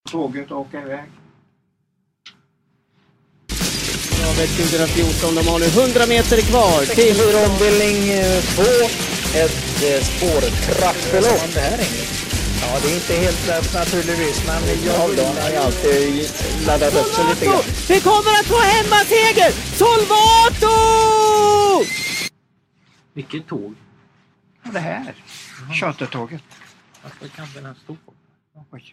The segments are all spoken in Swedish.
tåget åka iväg. Travet 2014, de har nu 100 meter kvar till ombildning 2, ett spårtrappelopp. Det här är ja, det är inte helt lätt naturligtvis, men jag har ju alltid laddat upp sig lite grann. Vi kommer att få hemmaseger! Solvato! Vilket tåg? Och det här, chartertåget. Varför kan den här stå på? Oj.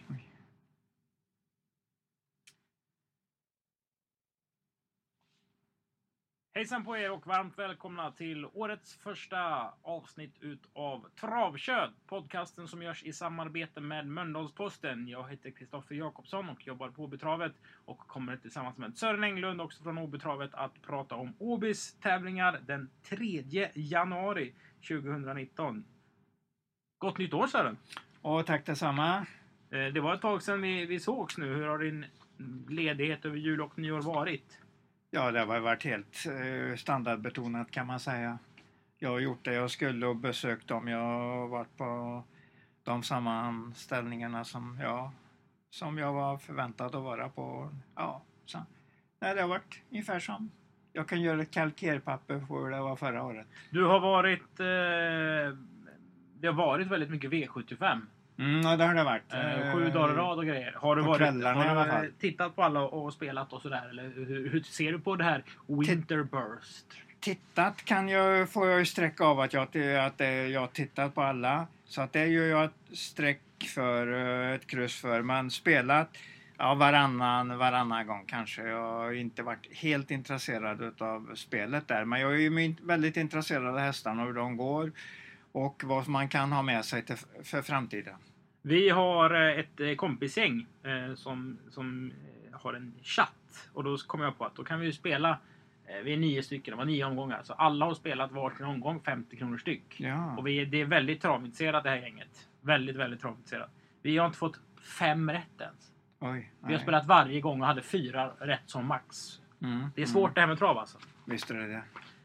Hejsan på er och varmt välkomna till årets första avsnitt utav Travkött, podcasten som görs i samarbete med Mölndalsposten. Jag heter Kristoffer Jakobsson och jobbar på Åbytravet och kommer tillsammans med Sören Englund också från Åbytravet att prata om Åbys tävlingar den 3 januari 2019. Gott nytt år, Sören! Och tack detsamma. Det var ett tag sedan vi sågs nu. Hur har din ledighet över jul och nyår varit? Ja, det har varit helt standardbetonat kan man säga. Jag har gjort det jag skulle och besökt dem. Jag har varit på de sammanställningarna som jag var förväntad att vara på. Ja, så. Nej, det har varit ungefär som jag kan göra ett kalkerpapper på hur det var förra året. Du har varit... det har varit väldigt mycket V75. Ja, det har det varit. 7 dagar i rad och grejer. Har Har du tittat på alla och spelat och sådär? Eller hur ser du på det här Winterburst? Tittat får jag ju sträcka av att jag tittat på alla. Så att det gör jag ett streck för, ett kryss för. Men spelat varannan gång kanske. Jag har inte varit helt intresserad av spelet där. Men jag är ju väldigt intresserad av hästarna och hur de går. Och vad man kan ha med sig för framtiden. Vi har ett kompisgäng som har en chatt. Och då kommer jag på att då kan vi ju spela. Vi är 9 stycken, det var 9 omgångar. Så alla har spelat varsin omgång 50 kronor styck. Ja. Och det är väldigt travintresserat det här gänget. Väldigt, väldigt travintresserat. Vi har inte fått 5 rätt ens. Oj, vi har spelat varje gång och hade 4 rätt som max. Det är svårt det här med trav alltså. Visst är det.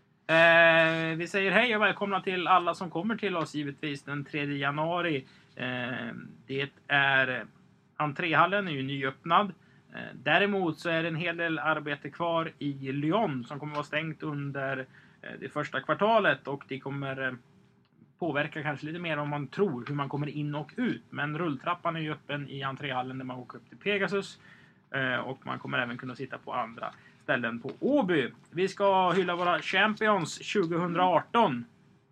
Vi säger hej och välkomna till alla som kommer till oss givetvis den 3 januari. Det är entréhallen är ju nyöppnad. Däremot så är det en hel del arbete kvar i Lyon som kommer vara stängt under det första kvartalet. Och det kommer påverka kanske lite mer om man tror hur man kommer in och ut. Men rulltrappan är ju öppen i entréhallen där man åker upp till Pegasus. Och man kommer även kunna sitta på andra ställen på Åby. Vi ska hylla våra Champions 2018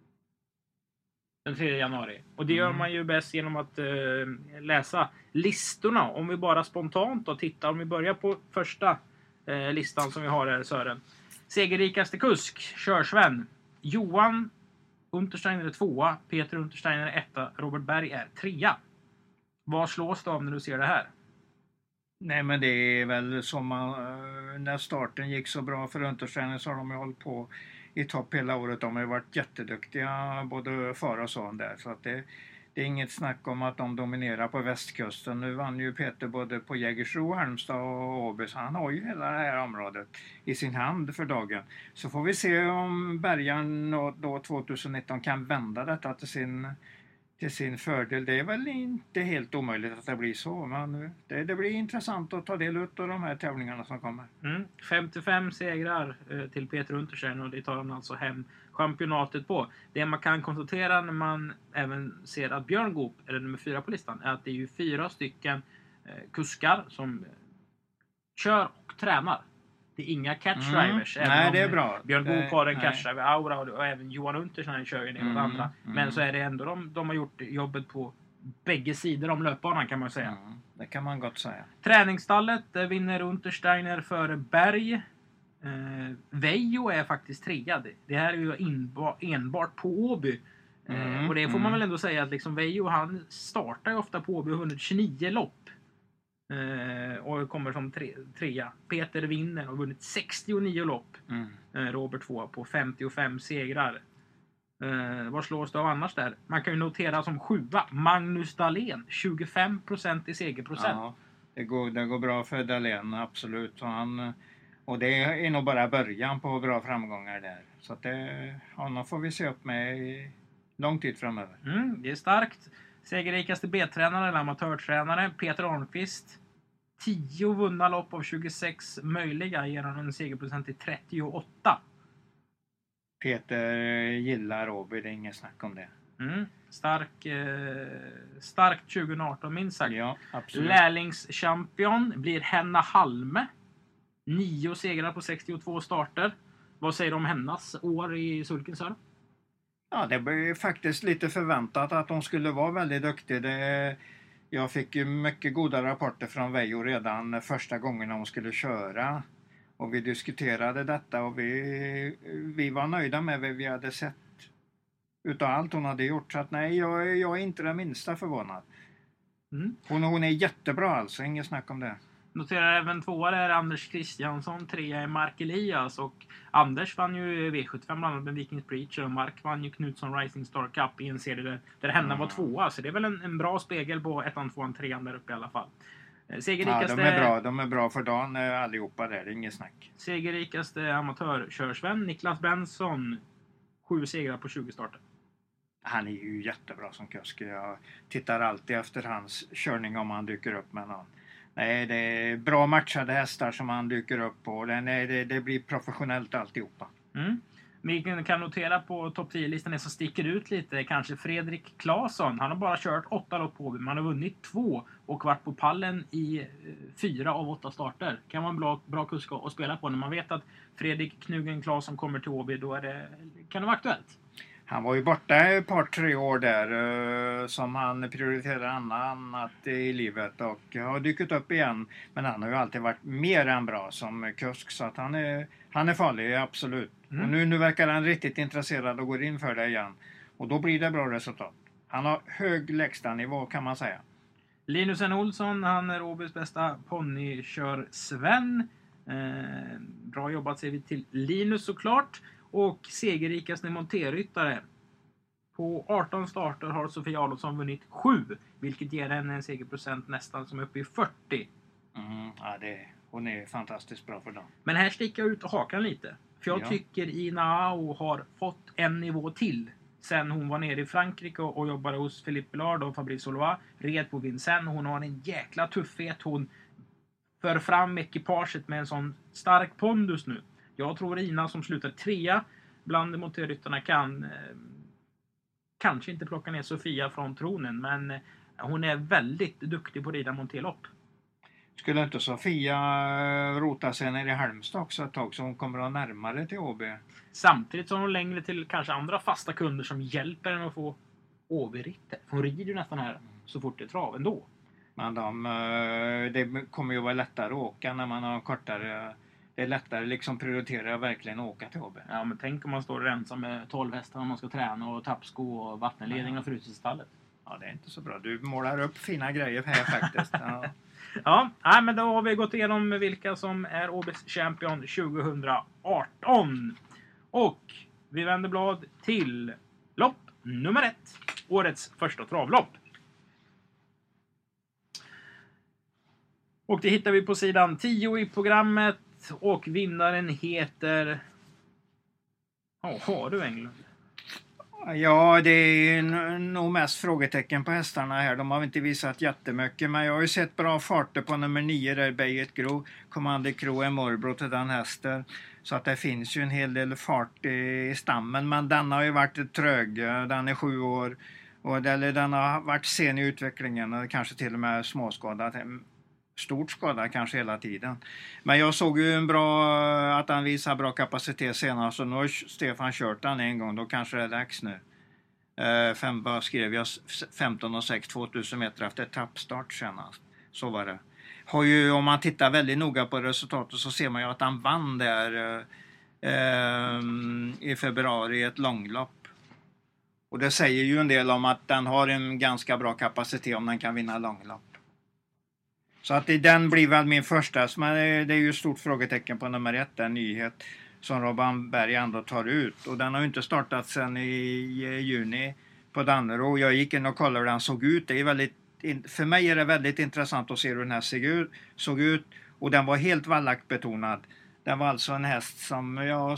den 3 januari. Och det gör man ju bäst genom att läsa listorna. Om vi bara spontant och tittar. Om vi börjar på första listan som vi har här, Sören. Segerrikaste kusk, Körsven. Johan Untersteiner är 2. Peter Untersteiner är 1. Robert Berg är 3. Vad slås det av när du ser det här? Nej, men det är väl som när starten gick så bra för Untersteiner så har de ju hållit på i topp hela året. De har ju varit jätteduktiga både för och son där. Så att det är inget snack om att de dominerar på västkusten. Nu vann ju Peter både på Jägersro, Halmstad och Åby. Så han har ju hela det här området i sin hand för dagen. Så får vi se om Bergan då 2019 kan vända detta till sin fördel. Det är väl inte helt omöjligt att det blir så. Men det blir intressant att ta del av de här tävlingarna som kommer. 55 segrar till Peter Untersteiner och det tar han alltså hem championatet på. Det man kan konstatera när man även ser att Björn Goop är nummer 4 på listan är att det är ju 4 stycken kuskar som kör och tränar. Det är inga catchdrivers. Nej, det är bra. Björn Goop har en catchdriver, Aura och även Johan Untersteiner kör ju det andra. Men så är det ändå de har gjort jobbet på bägge sidor om löpbanan kan man säga. Det kan man gott säga. Träningsstallet vinner Untersteiner före Berg. Veijo är faktiskt 3. Det här är ju enbart på Åby. Och det får man väl ändå säga att liksom Veijo han startar ju ofta på Åby och vunnit 29 lopp. Och kommer som 3. Peter vinner och vunnit 69 lopp. Robert 2 på 55 segrar. Vad slås det av annars där? Man kan ju notera som 7 Magnus Dahlén 25% i segerprocent. Ja, det går bra för Dahlén, absolut. Och det är nog bara början på bra framgångar där. Så att honom får vi se upp med i lång tid framöver. Det är starkt. Segerrikaste B-tränare eller amatörtränare Peter Arnqvist 10 vunna lopp av 26 möjliga ger han en segerprocent till 38. Peter gillar Åby, det är inget snack om det. Starkt 2018 minst sagt. Ja, absolut. Lärlingschampion blir Henna Halme. 9 segrar på 62 starter. Vad säger du om hennes år i Sulkensör? Ja, det var faktiskt lite förväntat att hon skulle vara väldigt duktig. Jag fick ju mycket goda rapporter från Veijo redan första gången hon skulle köra. Och vi diskuterade detta och vi var nöjda med vad vi hade sett utav allt hon hade gjort. Så att nej, jag är inte det minsta förvånad. Hon är jättebra alltså, inget snack om det. Noterar även 2 där Anders Kristiansson, 3 i Mark Elias, och Anders vann ju V75 bland annat med Vikings Preacher, och Mark vann ju Knutsson Rising Star Cup i en serie där Henna var 2, så det är väl en bra spegel på 1, 2, 3 där uppe i alla fall. Segerrikaste, ja, de är bra för dagen allihopa där, det är inget snack. Segerrikaste amatörkörsvän Niklas Benson, 7 segrar på 20 starter. Han är ju jättebra som kusk. Jag tittar alltid efter hans körning om han dyker upp med någon. Nej, det är bra matchade hästar som han dyker upp på. Det blir professionellt alltihopa. Vi kan notera på topp 10-listan det som sticker ut lite. Kanske Fredrik Claesson. Han har bara kört 8 lopp på Åby. Man har vunnit 2 och varit på pallen i 4 av 8 starter. Kan vara en bra kusk att spela på. När man vet att Fredrik Knugen Claesson kommer till Åby, då kan det vara aktuellt. Han var ju borta ett par 3 år där som han prioriterade annat i livet och har dykt upp igen. Men han har ju alltid varit mer än bra som kusk, så att han är farlig, absolut. Och nu verkar han riktigt intresserad och går in för det igen. Och då blir det bra resultat. Han har hög lägstanivå kan man säga. Linus N. Olsson, han är Åbys bästa ponnykör-Sven. Bra jobbat säger vi till Linus såklart. Och segerrikaste monterryttare. På 18 starter har Sofia Adolfsson vunnit 7. Vilket ger henne en segerprocent nästan som är uppe i 40. Hon är fantastiskt bra för dem. Men här sticker jag ut och hakan lite. För jag tycker Ina Ao har fått en nivå till. Sen hon var nere i Frankrike och jobbade hos Philippe Billard och Fabrice Solois. Red på Vincennes. Hon har en jäkla tuffhet. Hon för fram ekipaget med en sån stark pondus nu. Jag tror Ina som slutar 3 bland monterryttarna kan kanske inte plocka ner Sofia från tronen. Men hon är väldigt duktig på att rida monterlopp. Skulle inte Sofia rota sig ner i Halmstad också ett tag så hon kommer att närmare till Åby? Samtidigt som hon längre till kanske andra fasta kunder som hjälper henne att få Åby-ritter. Hon rider ju nästan här så fort det är trav ändå. Men det kommer ju vara lättare att åka när man har kortare. Det är lättare liksom prioritera verkligen att åka till Åby. Ja, men tänk om man står och rensar med 12 hästar om man ska träna och tappsko och vattenledning och frus i stallet. Ja, det är inte så bra. Du målar upp fina grejer här faktiskt. Ja, men då har vi gått igenom vilka som är Åbys champion 2018. Och vi vänder blad till lopp nummer 1. Årets första travlopp. Och det hittar vi på sidan 10 i programmet. Och vinnaren heter... har du Englund? Ja, det är nog mest frågetecken på hästarna här. De har inte visat jättemycket, men jag har ju sett bra farter på nummer 9 där, Bayet Gro. Commander Cro är morbror till den hästen. Så att det finns ju en hel del fart i stammen, men den har ju varit trög. Den är 7 år och den har varit sen i utvecklingen och kanske till och med småskadad. Stort skada kanske hela tiden. Men jag såg ju att han visar bra kapacitet senast. Så nu har Stefan kört den en gång. Då kanske det är dags nu. Vad skrev jag? 15,6 2000 meter efter tappstart senast. Så var det. Om man tittar väldigt noga på resultatet så ser man ju att han vann där i februari i ett långlopp. Och det säger ju en del om att den har en ganska bra kapacitet om den kan vinna långlopp. Så att den blir väl min första, men det är ju ett stort frågetecken på nummer 1, den nyhet som Robban Berg ändå tar ut. Och den har ju inte startat sedan i juni på Dannero. Jag gick in och kollade hur den såg ut. Det är för mig är det väldigt intressant att se hur den här såg ut. Och den var helt vallackbetonad. Den var alltså en häst som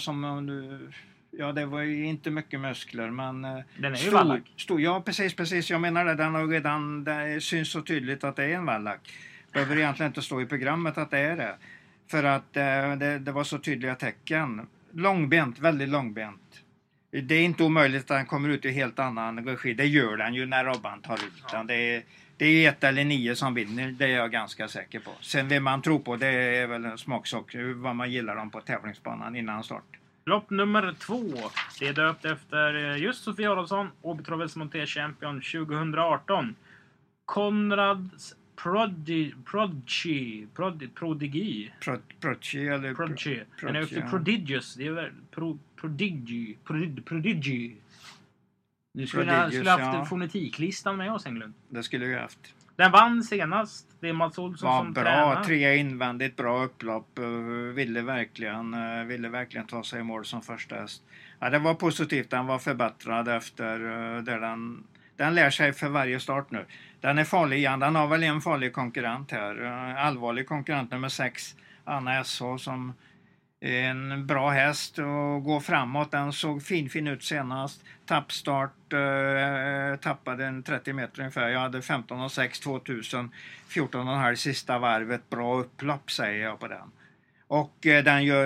det var ju inte mycket muskler, men den är ju vallack. Ja, precis. Jag menar det. Den har redan, det syns så tydligt att det är en vallack. Behöver egentligen inte stå i programmet att det är det. För att det var så tydliga tecken. Långbent, väldigt långbent. Det är inte omöjligt att han kommer ut i helt annan regi. Det gör den ju när Robban tar ut den. Det är 1 eller 9 som vinner, det är jag ganska säker på. Sen vem man tror på, det är väl en smaksak vad man gillar dem på tävlingsbanan innan start. Lopp nummer 2. Det är döpt efter just Sofia Adolfsson, Åby Travels Monté Champion 2018. Konrads Prodigy. Den är efter Prodigious. Det är väl Prodigy. Nu skulle haft fonetiklistan med oss, Englund. Det skulle vi haft. Den vann senast. Det är Mats Olsson som tränar. Bra, 3 invändigt, bra upplopp. Ville verkligen ta sig i mål som första häst. Ja, det var positivt. Den var förbättrad efter där den lär sig för varje start nu. Den är farlig igen. Den har väl en farlig konkurrent här. Allvarlig konkurrent nummer 6. Anna SH som är en bra häst och går framåt. Den såg fin ut senast. Tappstart, tappade en 30 meter ungefär. Jag hade 15,6 2000, 14,5 sista varvet. Bra upplopp säger jag på den. Och den gör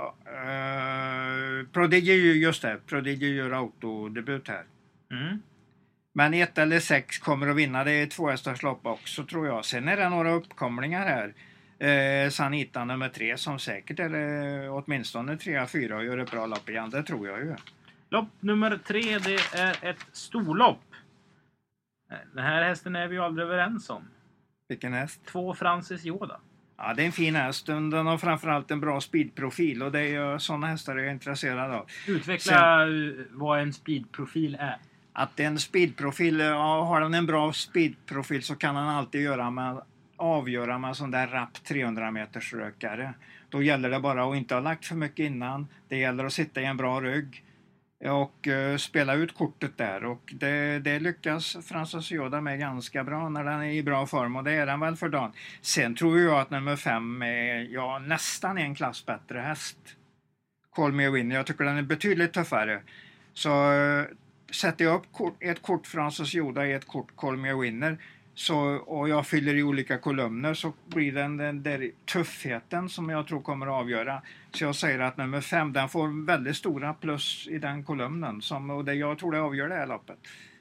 Prodigy gör autodebut här. Men 1 eller 6 kommer att vinna. Det är 2 hästars lopp också tror jag. Sen är det några uppkomlingar här. Sanita nummer 3 som säkert är åtminstone 3-4 och gör ett bra lopp igen. Det tror jag ju. Lopp nummer 3, det är ett storlopp. Den här hästen är vi ju aldrig överens om. Vilken häst? 2 Francis Yoda. Ja, det är en fin häst. Den har framförallt en bra speedprofil och det är sådana hästar jag är intresserad av. Utveckla vad en speedprofil är. Att en speedprofil, har den en bra speedprofil så kan den alltid avgöra med sån där rapp 300 meters rökare. Då gäller det bara att inte ha lagt för mycket innan. Det gäller att sitta i en bra rygg och spela ut kortet där. Och det lyckas Francis Yoda med ganska bra när den är i bra form. Och det är den väl för dagen. Sen tror jag att nummer 5 är nästan en klass bättre häst. Call Me Winner. Jag tycker den är betydligt tuffare. Så sätter jag upp ett kort Francis Yoda i ett kort Call Me Winner. Och jag fyller i olika kolumner så blir den där tuffheten som jag tror kommer att avgöra. Så jag säger att nummer 5 den får väldigt stora plus i den kolumnen. Och det jag tror det avgör det här loppet.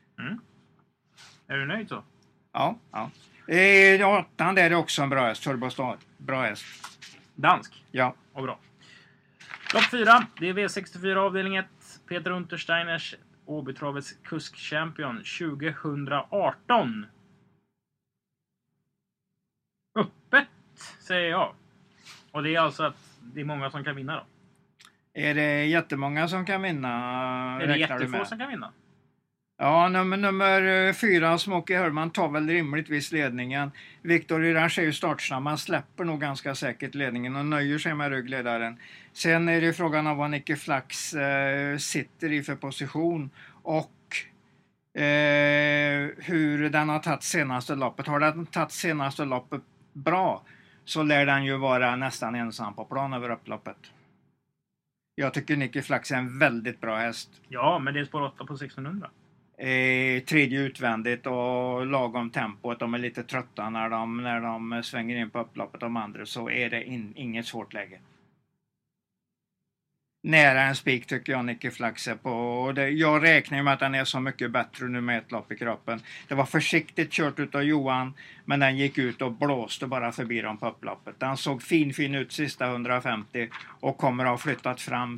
Är du nöjd så? Ja. 8 där är också en bra häst. Turbostar. Bra häst. Dansk? Ja. Och bra. Lopp 4. Det är V64 avdelning 1. Peter Untersteiners Åby Travels kusk-champion 2018. Öppet, säger jag. Och det är alltså att det är många som kan vinna då. Är det jättemånga som kan vinna? Är det jättefå som kan vinna? Ja, nummer 4, Smokey Herman, tar väl rimligtvis ledningen. Victor Irange är ju startsnabb. Man släpper nog ganska säkert ledningen och nöjer sig med ryggledaren. Sen är det frågan om vad Nicky Flax sitter i för position och hur den har tagit senaste loppet. Har den tagit senaste loppet bra så lär den ju vara nästan ensam på plan över upploppet. Jag tycker Nicky Flax är en väldigt bra häst. Ja, men det är spår 8 på 1600. Tredje utvändigt och lagom tempot. De är lite trötta när de svänger in på upploppet. De andra så är det inget svårt läge. Nära en spik tycker jag Nicky Flax är på. Jag räknar med att den är så mycket bättre nu med ett lopp i kroppen. Det var försiktigt kört ut av Johan. Men den gick ut och blåste bara förbi dem på upploppet. Den såg fin ut sista 150. Och kommer att ha flyttat fram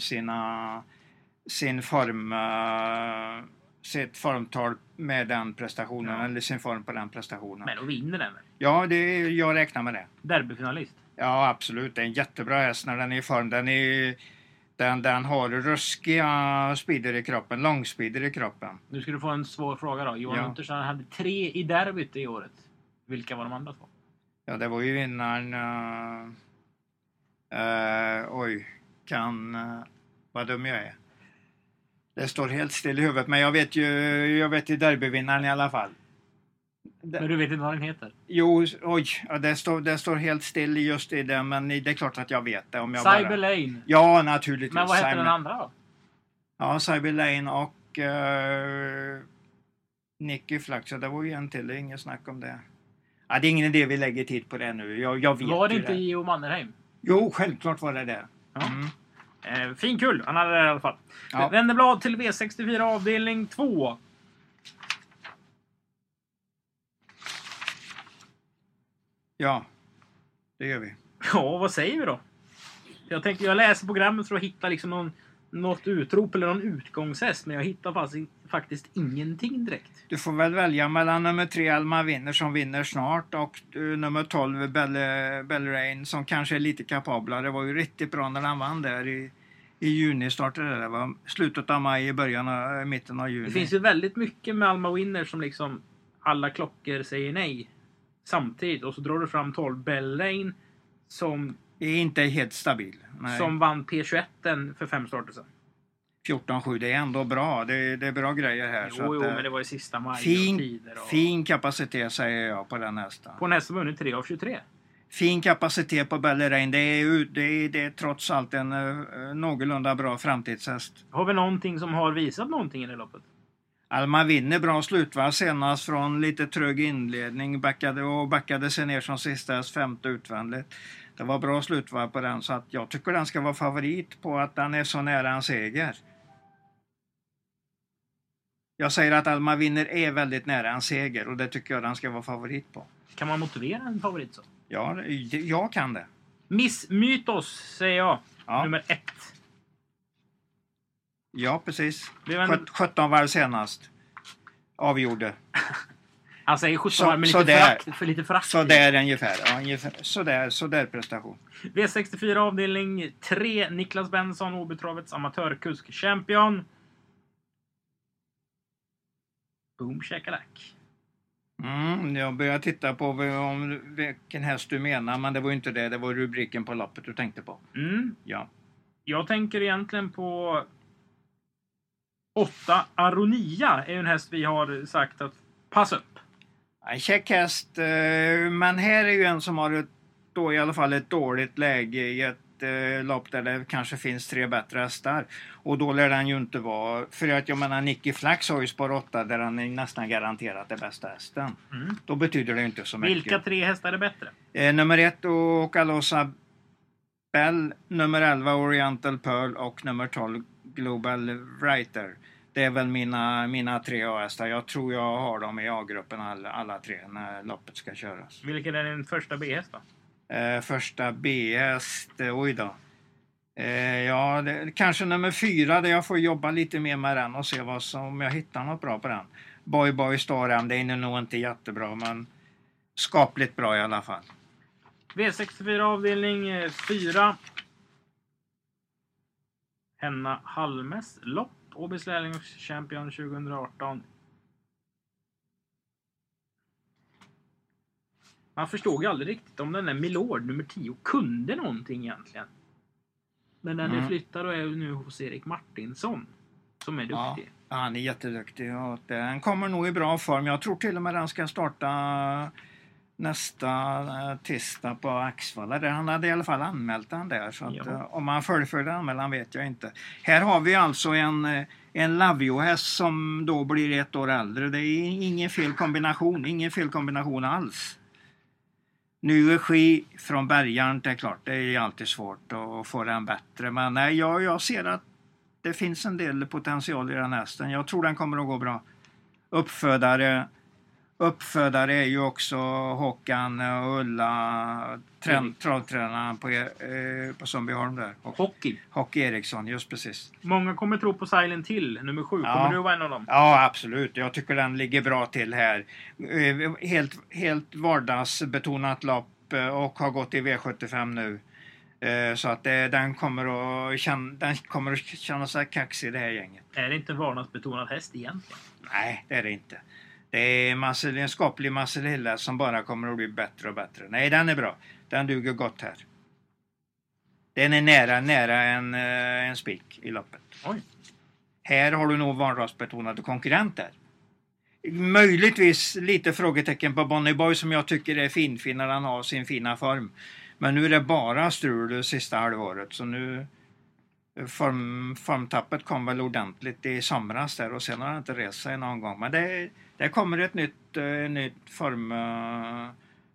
sitt formtal med den prestationen. Eller sin form på den prestationen. Men då vinner den väl? Ja, jag räknar med det. Derbyfinalist? Ja, absolut. Det är en jättebra häst när den är i form. Den har ruskiga speeder i kroppen, långspeeder i kroppen. Nu ska du få en svår fråga då. Johan Untersteiner hade 3 i derbyt i året. Vilka var de andra 2? Ja, det var ju vinnaren... vad dum jag är. Det står helt still i huvudet, men jag vet ju derbyvinnaren i alla fall. Men du vet inte vad den heter? Jo, det står helt still just i det, men det är klart att jag vet det. Om jag Cyber Lane. Ja, naturligtvis. Men vad heter den andra då? Ja, Cyber Lane och Nicky Flax. Det var ju en till, det är inget snack om det. Ja, det är ingen idé vi lägger tid på det nu. Jag vet Var det ju inte Geo Mannerheim? Jo, självklart var det det. Ja. Fin kul, han hade det i alla fall. Ja. Vännerblad till V64 avdelning 2. Ja, det gör vi. Ja, vad säger vi då? Jag läser programmet för att hitta liksom något utrop eller någon utgångshäst, men jag hittar faktiskt ingenting direkt. Du får väl välja mellan nummer 3 Alma Vinner som vinner snart och nummer 12 Bellrain som kanske är lite kapabla. Det var ju riktigt bra när han vann där i juni startade det. Var slutet av maj, mitten av juni. Det finns ju väldigt mycket med Alma Winner som liksom alla klockor säger nej samtidigt, och så drar du fram 12 Bellrain som är inte helt stabil. Nej. Som vann P21 för 5 starter sedan. 14-7, det är ändå bra. Det är bra grejer här. Jo, men det var ju sista maj. Fin kapacitet säger jag på den hästen. På nästa vunnit 3 av 23. Fin kapacitet på Bellrain. Det är trots allt en någorlunda bra framtidshäst. Har vi någonting som har visat någonting i det loppet? Alma Vinner bra slutvarv senast från lite trög inledning. Backade sig ner som sista häst, 5:e utvändigt. Det var bra slutvarv på den, så att jag tycker den ska vara favorit på att den är så nära en seger. Jag säger att Alma Vinner är väldigt nära en seger och det tycker jag den ska vara favorit på. Kan man motivera en favorit så? Ja, jag kan det. Miss Mythos säger jag. Ja. Nummer 1. Ja, precis. 17 varv senast. Avgjorde. Han säger 17 varv med lite förakt. Så där ungefär. Ja, ungefär. Så där prestation. V64 avdelning 3. Niklas Benson, Åbytravets amatörkusk champion. Boom shakalak. Jag börjar titta på vilken häst du menar, men det var inte det. Det var rubriken på loppet du tänkte på. Ja. Jag tänker egentligen på 8 Aronia är en häst vi har sagt att passa upp. En check häst, men här är ju en som har i alla fall ett dåligt läge i ett lopp där det kanske finns 3 bättre hästar. Och då lär den ju inte vara, för att jag menar Nicky Flax har ju spår 8 där han är nästan garanterat det bästa hästen. Då betyder det inte så mycket. Vilka 3 hästar är bättre? Nummer 1 och Alosa Bell, nummer 11 Oriental Pearl och nummer 12 Global Writer. Det är väl mina 3 A-hästar. Jag tror jag har dem i A-gruppen alla 3 när loppet ska köras. Vilken är din första B-häst då? Första B-häst, oj då. Kanske nummer 4 där jag får jobba lite mer med den och se om jag hittar något bra på den. Boy Starham, det är nog inte jättebra, men skapligt bra i alla fall. V64 avdelning 4. Henna Halmes lopp. Åbys lärlingschampion 2018. Man förstod ju aldrig riktigt om den där Milord nummer 10 kunde någonting egentligen. Men den är flyttad och är nu hos Erik Martinsson som är duktig. Ja, han är jätteduktig och den kommer nog i bra form. Jag tror till och med den ska starta nästa tisdag på Axvalla. Han hade i alla fall anmält den där. Så att, om man fullföljer anmälan vet jag inte. Här har vi alltså en Lavio-häst som då blir 1 år äldre. Det är ingen fel kombination alls. Ny regi från Bergarn, det är klart, det är alltid svårt att få den bättre. Men nej, jag ser att det finns en del potential i den hästen. Jag tror den kommer att gå bra. Uppfödare är ju också Håkan och Ulla, travtränaren på Sundbyholm där. Hockey Eriksson, just precis. Många kommer tro på Silent Hill, nummer 7. Kommer du vara en av dem? Ja, absolut. Jag tycker den ligger bra till här. Helt vardagsbetonat lopp och har gått i V75 nu. Så att den kommer att känna sig kaxig i det här gänget. Är det inte vardagsbetonad häst egentligen? Nej, det är det inte. Det är en skaplig Marcel Hille som bara kommer att bli bättre och bättre. Nej, den är bra. Den duger gott här. Den är nära en spik i loppet. Oj. Här har du nog vardagsbetonade konkurrenter. Möjligtvis lite frågetecken på Bonnie Boy som jag tycker är fin när han har sin fina form. Men nu är det bara strul det sista halvåret. Så nu formtappet kom väl ordentligt i somras där och sen har han inte rest sig någon gång. Men det kommer ett nytt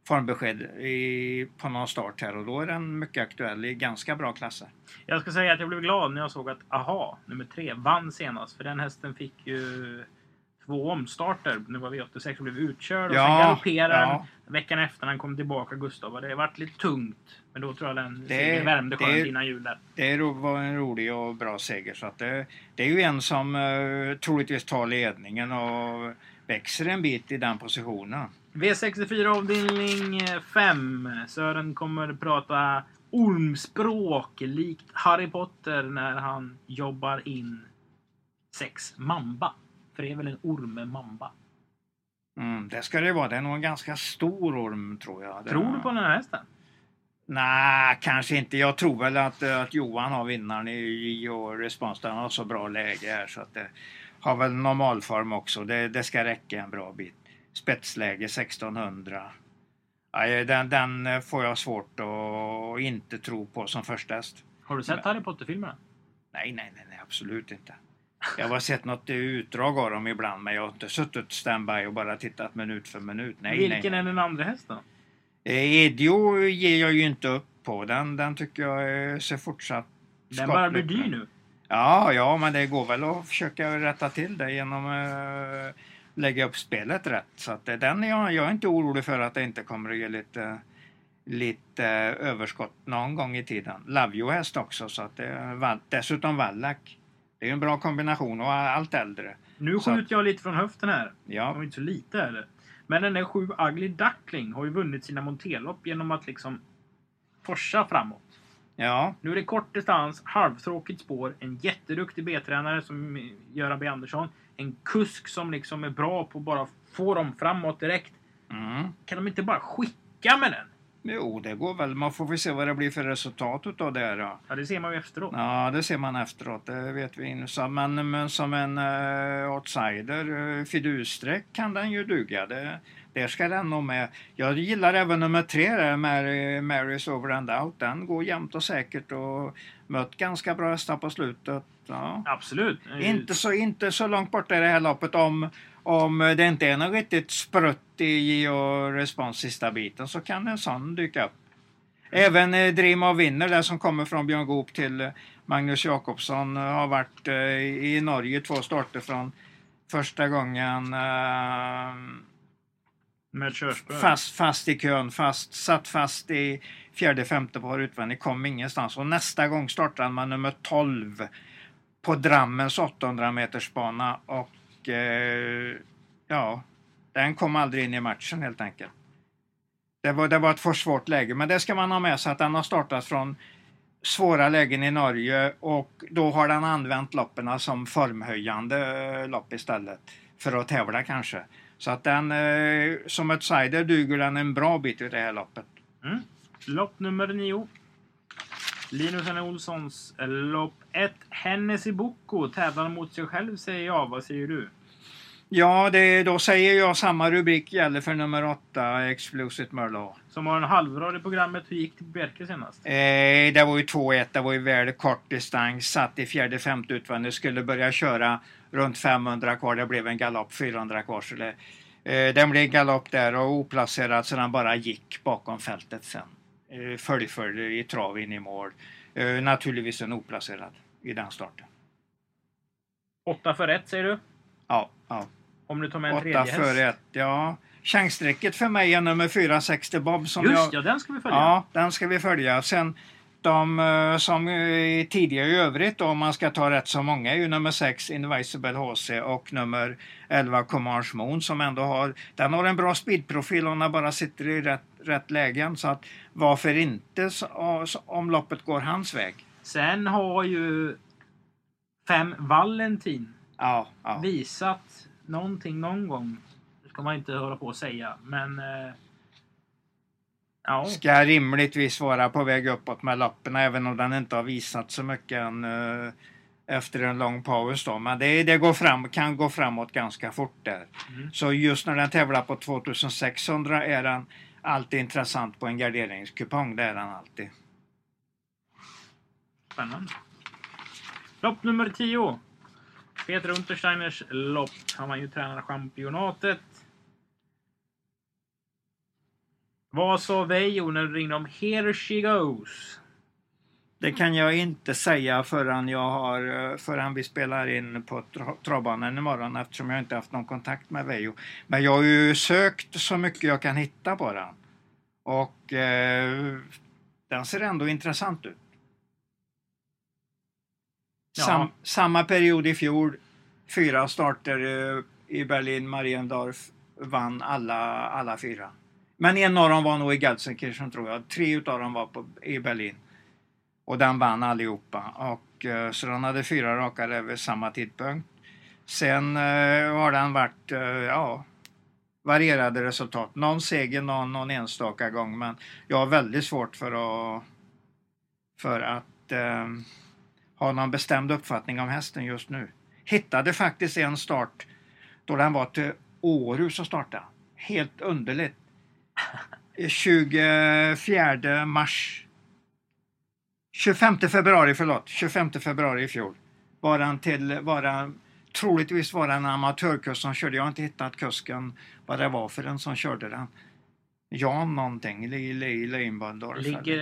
formbesked på någon start här och då är den mycket aktuell i ganska bra klasser. Jag ska säga att jag blev glad när jag såg att AHA, nummer 3, vann senast. För den hästen fick ju 2 omstarter. Nu var V86 och blev utkörd och sen galopperade den veckan efter när han kom tillbaka, Gustav. Och det har varit lite tungt. Men då tror jag den värmde skönt innan jul där. Det var en rolig och bra seger. Så att det är ju en som troligtvis tar ledningen och växer en bit i den positionen. V64 avdelning 5. Sören kommer prata ormspråk likt Harry Potter när han jobbar in 6 mamba. För det är väl en orm mamba? Det ska det vara. Det är nog en ganska stor orm, tror jag. Tror du på den här hästen? Nej, kanske inte. Jag tror väl att Johan har vinnaren i och respons. Den har så bra läge här så att det har väl normalform också. Det ska räcka en bra bit. Spetsläge 1600. Den får jag svårt att inte tro på som första häst. Har du sett Harry Potter-filmerna? Nej, absolut inte. Jag har sett något utdrag av dem ibland, men jag har inte suttit standby och bara tittat minut för minut. Vilken är den andra hästen? Edio ger jag ju inte upp på. Den tycker jag ser fortsatt den bara blir dyr nu. Ja, men det går väl att försöka rätta till det genom att lägga upp spelet rätt. Så att den jag är inte orolig för att det inte kommer att ge lite överskott någon gång i tiden. Lavio häst också, så att det är dessutom Wallach. Det är en bra kombination och allt äldre. Nu skjuter jag lite från höften här. Ja. Det var inte så lite heller. Men den där 7 Ugly Duckling har ju vunnit sina monterlopp genom att liksom forsa framåt. Ja. Nu är det kort distans, halvtråkigt spår, en jätteduktig B-tränare som Göran B. Andersson. En kusk som liksom är bra på att bara få dem framåt direkt. Kan de inte bara skicka med den? Jo, det går väl. Man får väl se vad det blir för resultat utav det här. Ja, det ser man ju efteråt. Ja, det ser man efteråt. Det vet vi. Men som en outsider, fidussträck kan den ju duga. Det ska den nog med. Jag gillar även nummer 3 där, Mary's Over and Out. Den går jämnt och säkert och mött ganska bra hästar på slutet. Ja. Absolut. Inte så långt bort i det här loppet om det inte är något riktigt sprutt i och respons sista biten så kan en sån dyka upp. Även Dream of Winner där som kommer från Björn Goop till Magnus Jakobsson har varit i Norge 2 starter från första gången med körspö. Fast i kön, satt fast i 4-5 par utvändigt, kom ingenstans och nästa gång startade man nummer 12 på Drammens 800 meters bana och den kom aldrig in i matchen helt enkelt. Det var ett för svårt läge, men det ska man ha med sig att den har startat från svåra lägen i Norge och då har den använt loppen som formhöjande lopp istället för att tävla kanske. Så att den som outsider duger den en bra bit i det här loppet. Lopp nummer 9. Linus N. Olssons lopp 1. Hennessy Boko tävlar mot sig själv, säger jag. Vad säger du? Ja, då säger jag samma rubrik gäller för nummer 8, Explosive Merlot. Som har en halvrad i programmet. Hur gick det på Bjerke senast? Det var ju 2-1. Det var ju väl kort distans. Satt i 4-5 utvändigt. Skulle börja köra runt 500 kvar. Det blev en galopp 400 kvar. Så den blev galopp där och oplacerad så den bara gick bakom fältet sen. Följde i trav in i mål. Naturligtvis en oplacerad i den starten. 8 för 1 säger du? Ja. Om du tar med en tredje häst? 8 för 1, ja. Chansstrecket för mig är nummer 460 Bob. Den ska vi följa. Ja, den ska vi följa. Sen de som tidigare i övrigt, om man ska ta rätt så många, är ju nummer 6 Invisible HC och nummer 11 Command Moon som ändå har en bra speedprofil och den bara sitter i rätt lägen. Så att varför inte om loppet går hans väg? Sen har ju 5 Valentin visat någonting någon gång. Det ska man inte hålla på att säga. Men ska rimligtvis vara på väg uppåt med loppen även om den inte har visat så mycket än efter en lång paus då. Men det kan gå framåt ganska fort där. Så just när den tävlar på 2600 är den alltid intressant på en garderingskupong. Det är den alltid. Spännande. Lopp nummer 10. Peter Untersteiners lopp. Han var ju tränarchampionatet. Vad sa Veijo när du ringde om Here She Goes? Det kan jag inte säga förrän vi spelar in på travbanan imorgon, eftersom jag inte haft någon kontakt med Veijo. Men jag har ju sökt så mycket jag kan hitta på den. Och den ser ändå intressant ut. Ja. Samma period i fjol, 4 starter i Berlin, Mariendorf, vann alla 4. Men en av dem var nog i Gelsenkirchen, tror jag. 3 av dem var i Berlin. Och den vann allihopa. Och, så den hade 4 raka vid samma tidpunkt. Sen har den varit varierade resultat. Någon seger, någon enstaka gång. Men jag har väldigt svårt för att ha någon bestämd uppfattning om hästen just nu. Hittade faktiskt en start då den var till Århus och starta. Helt underligt. 24 mars. 25 februari i fjol. Troligtvis var det en amatörkurs som körde. Jag har inte hittat kusken vad det var för en som körde den. Jan någonting. Leinbandorf.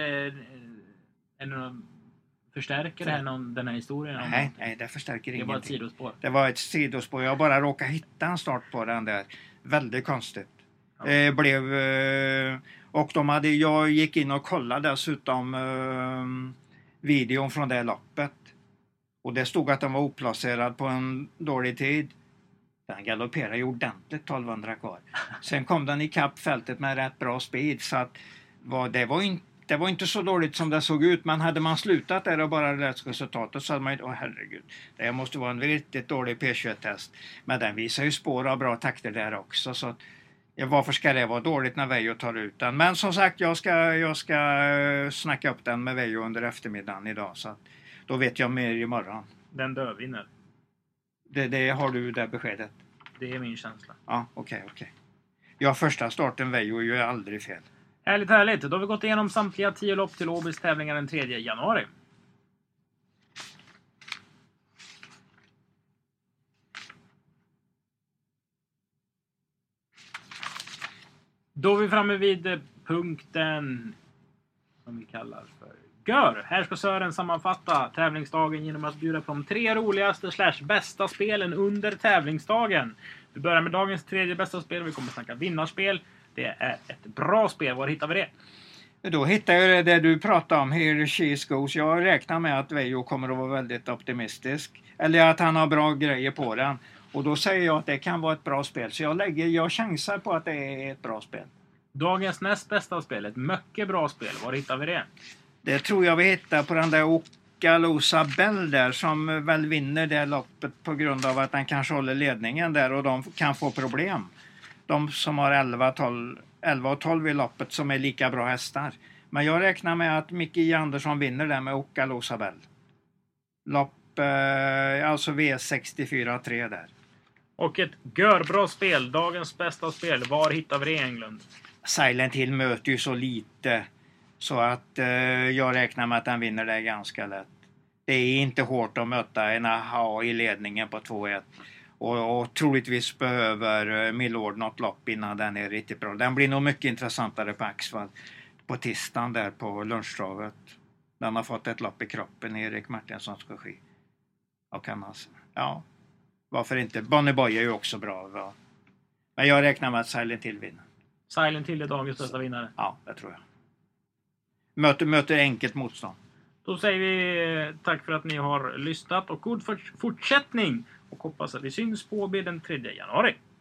Förstärker det här den här historien? Nej, det förstärker ingenting. Det var ett sidospår. Det var ett sidospår. Jag bara råkade hitta en start på den där. Väldigt konstigt. Ja. Och jag gick in och kollade dessutom videon från det loppet. Och det stod att den var oplacerad på en dålig tid. Den galopperade ju ordentligt 1200 kvar. Sen kom den i kapp fältet med rätt bra speed. Så att det var inte så dåligt som det såg ut. Men hade man slutat där och bara läst resultatet så hade man ju, herregud. Det måste vara en riktigt dålig P21-test. Men den visar ju spår av bra takter där också. Så varför ska det vara dåligt när Veijo tar ut den? Men som sagt, jag ska snacka upp den med Veijo under eftermiddagen idag. Så att då vet jag mer imorgon. Den dövinner. Det har du det beskedet? Det är min känsla. Ja, okej. Ja, första starten Veijo är ju aldrig fel. Härligt. Då har vi gått igenom samtliga 10 lopp till Åbys tävlingar den 3 januari. Då är vi framme vid punkten som vi kallar för Gör. Här ska Sören sammanfatta tävlingsdagen genom att bjuda på de 3 roligaste / bästa spelen under tävlingsdagen. Vi börjar med dagens 3:e bästa spel. Vi kommer att snacka vinnarspel. Det är ett bra spel. Var hittar vi det? Då hittar jag det du pratade om, Here She Goes. Jag räknar med att Veijo kommer att vara väldigt optimistisk. Eller att han har bra grejer på den. Och då säger jag att det kan vara ett bra spel. Så jag chansar på att det är ett bra spel. Dagens näst bästa spel. Ett mycket bra spel. Var hittar vi det? Det tror jag vi hittar på den där Ocalosa Bell där. Som väl vinner det loppet på grund av att han kanske håller ledningen där. Och de kan få problem. De som har 11 och 12 i loppet som är lika bra hästar. Men jag räknar med att Micke Andersson vinner där med Ocalosa Bell. Lopp, alltså V64-3 där. Och ett görbra spel. Dagens bästa spel. Var hittar vi det, Englund? Silent Hill möter ju så lite. Så att jag räknar med att den vinner det ganska lätt. Det är inte hårt att möta en AHA i ledningen på 2-1. Och troligtvis behöver Milord något lopp innan den är riktigt bra. Den blir nog mycket intressantare på Axvall på tisdagen där på lunchtravet. Den har fått ett lopp i kroppen, Erik Martinsson ska ske. Och ja, varför inte? Bonnie Boy är ju också bra. Va? Men jag räknar med att Silent Hill vinner. Silent Hill är dagens bästa vinnare? Ja, det tror jag. Möter enkelt motstånd. Då säger vi tack för att ni har lyssnat och god fortsättning. Och hoppas att vi syns på den 3 januari.